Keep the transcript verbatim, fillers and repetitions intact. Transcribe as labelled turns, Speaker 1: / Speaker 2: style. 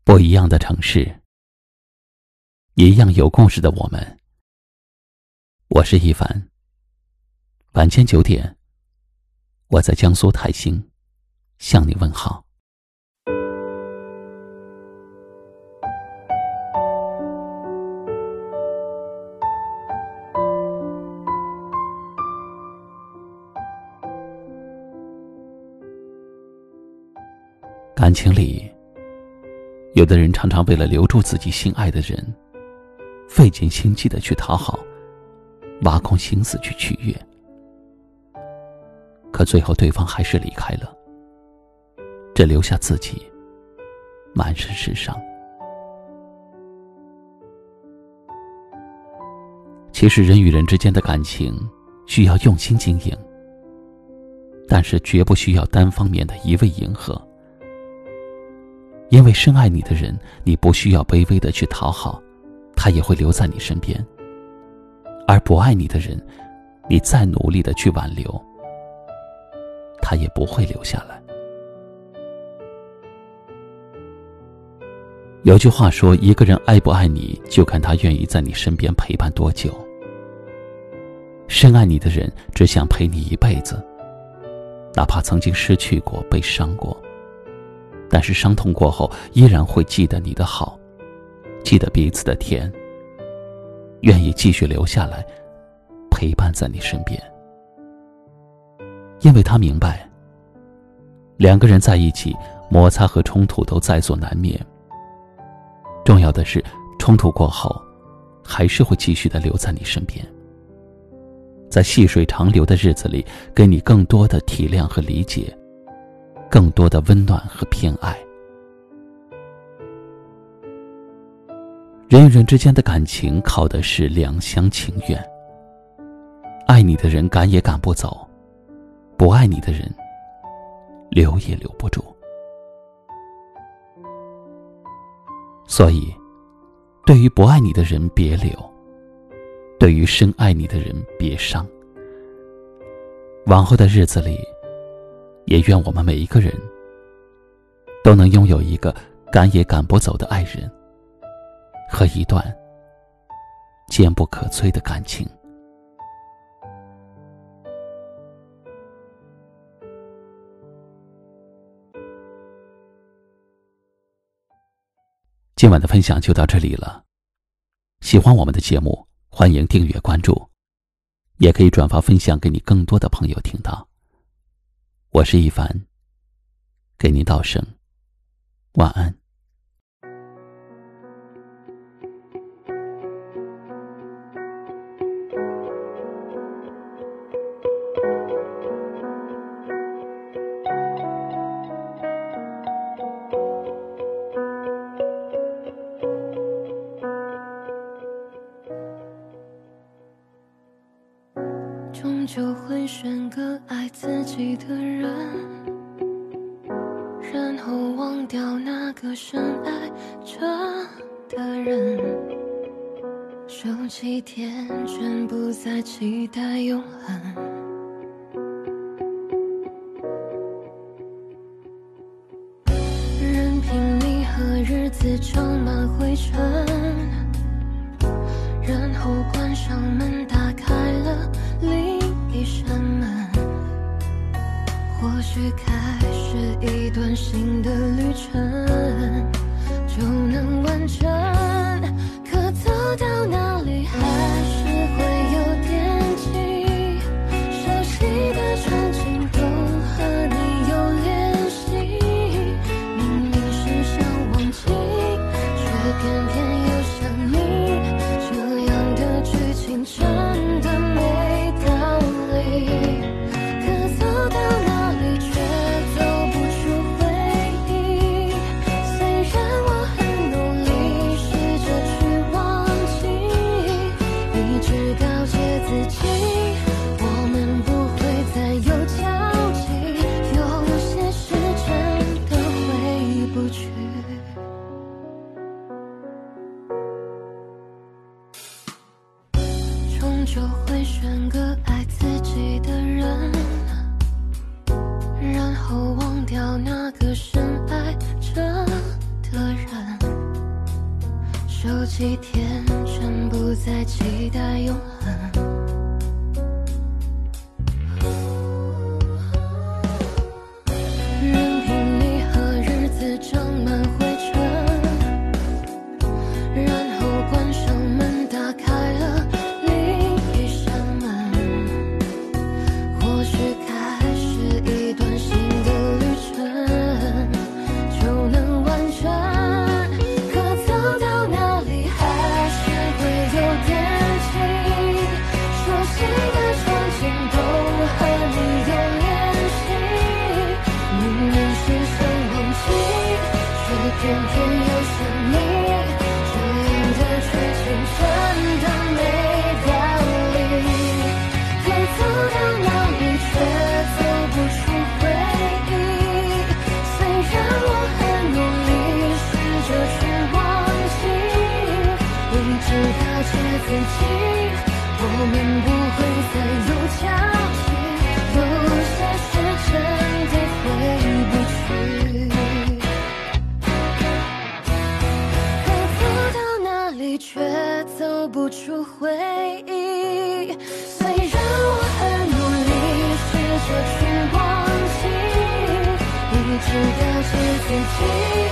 Speaker 1: 不一样的城市，一样有故事的我们。我是一凡，晚间九点，我在江苏泰兴向你问好。感情里，有的人常常为了留住自己心爱的人，费尽心机的去讨好，挖空心思去取悦，可最后对方还是离开了，只留下自己满身是伤。其实人与人之间的感情需要用心经营，但是绝不需要单方面的一味迎合。因为深爱你的人，你不需要卑微的去讨好，他也会留在你身边；而不爱你的人，你再努力的去挽留，他也不会留下来。有句话说，一个人爱不爱你，就看他愿意在你身边陪伴多久。深爱你的人只想陪你一辈子，哪怕曾经失去过，被伤过，但是伤痛过后依然会记得你的好，记得彼此的甜，愿意继续留下来陪伴在你身边。因为他明白，两个人在一起，摩擦和冲突都在所难免，重要的是冲突过后还是会继续的留在你身边，在细水长流的日子里，给你更多的体谅和理解，更多的温暖和偏爱。人与人之间的感情靠的是两厢情愿，爱你的人赶也赶不走，不爱你的人留也留不住。所以对于不爱你的人别留，对于深爱你的人别伤。往后的日子里，也愿我们每一个人都能拥有一个赶也赶不走的爱人，和一段坚不可摧的感情。今晚的分享就到这里了，喜欢我们的节目，欢迎订阅关注，也可以转发分享给你更多的朋友听到。我是一凡，给您道声晚安。
Speaker 2: 终究会选个爱自己的人，然后忘掉那个深爱着的人，收起天真，不再期待永恒。任凭你和日子装满灰尘，然后关上门，打开了另一扇门，或许开始一段新的旅程就能完成，可走到哪里还是会有惦记，熟悉的场景都和你有联系，明明是想忘记，却偏偏又想你，这样的剧情真的没道理，可走到哪里却走不出回忆，虽然我很努力试着去忘记，一直告诫自己我们不会再有交集，有些事真的回不去。终究会选个爱自己的人，然后忘掉那个深爱着的人， 就几天，全部在期待永恒。任凭你和日子长满灰尘，然后关上门，打开了另一扇门。或许开始一段新的旅程，就能完成。可走到哪里还是会有点近，熟悉的场景都和你有联系。明明是想忘记，却偏偏又想你。这样的剧情真的没道理。可走到哪里却走不出回忆。虽然我很努力试着去忘记，一直告诫自己，我们不会再有交集。有些事真的回不去。可走到哪里却走不出回忆。虽然我很努力试着去忘记，一直告诫自己，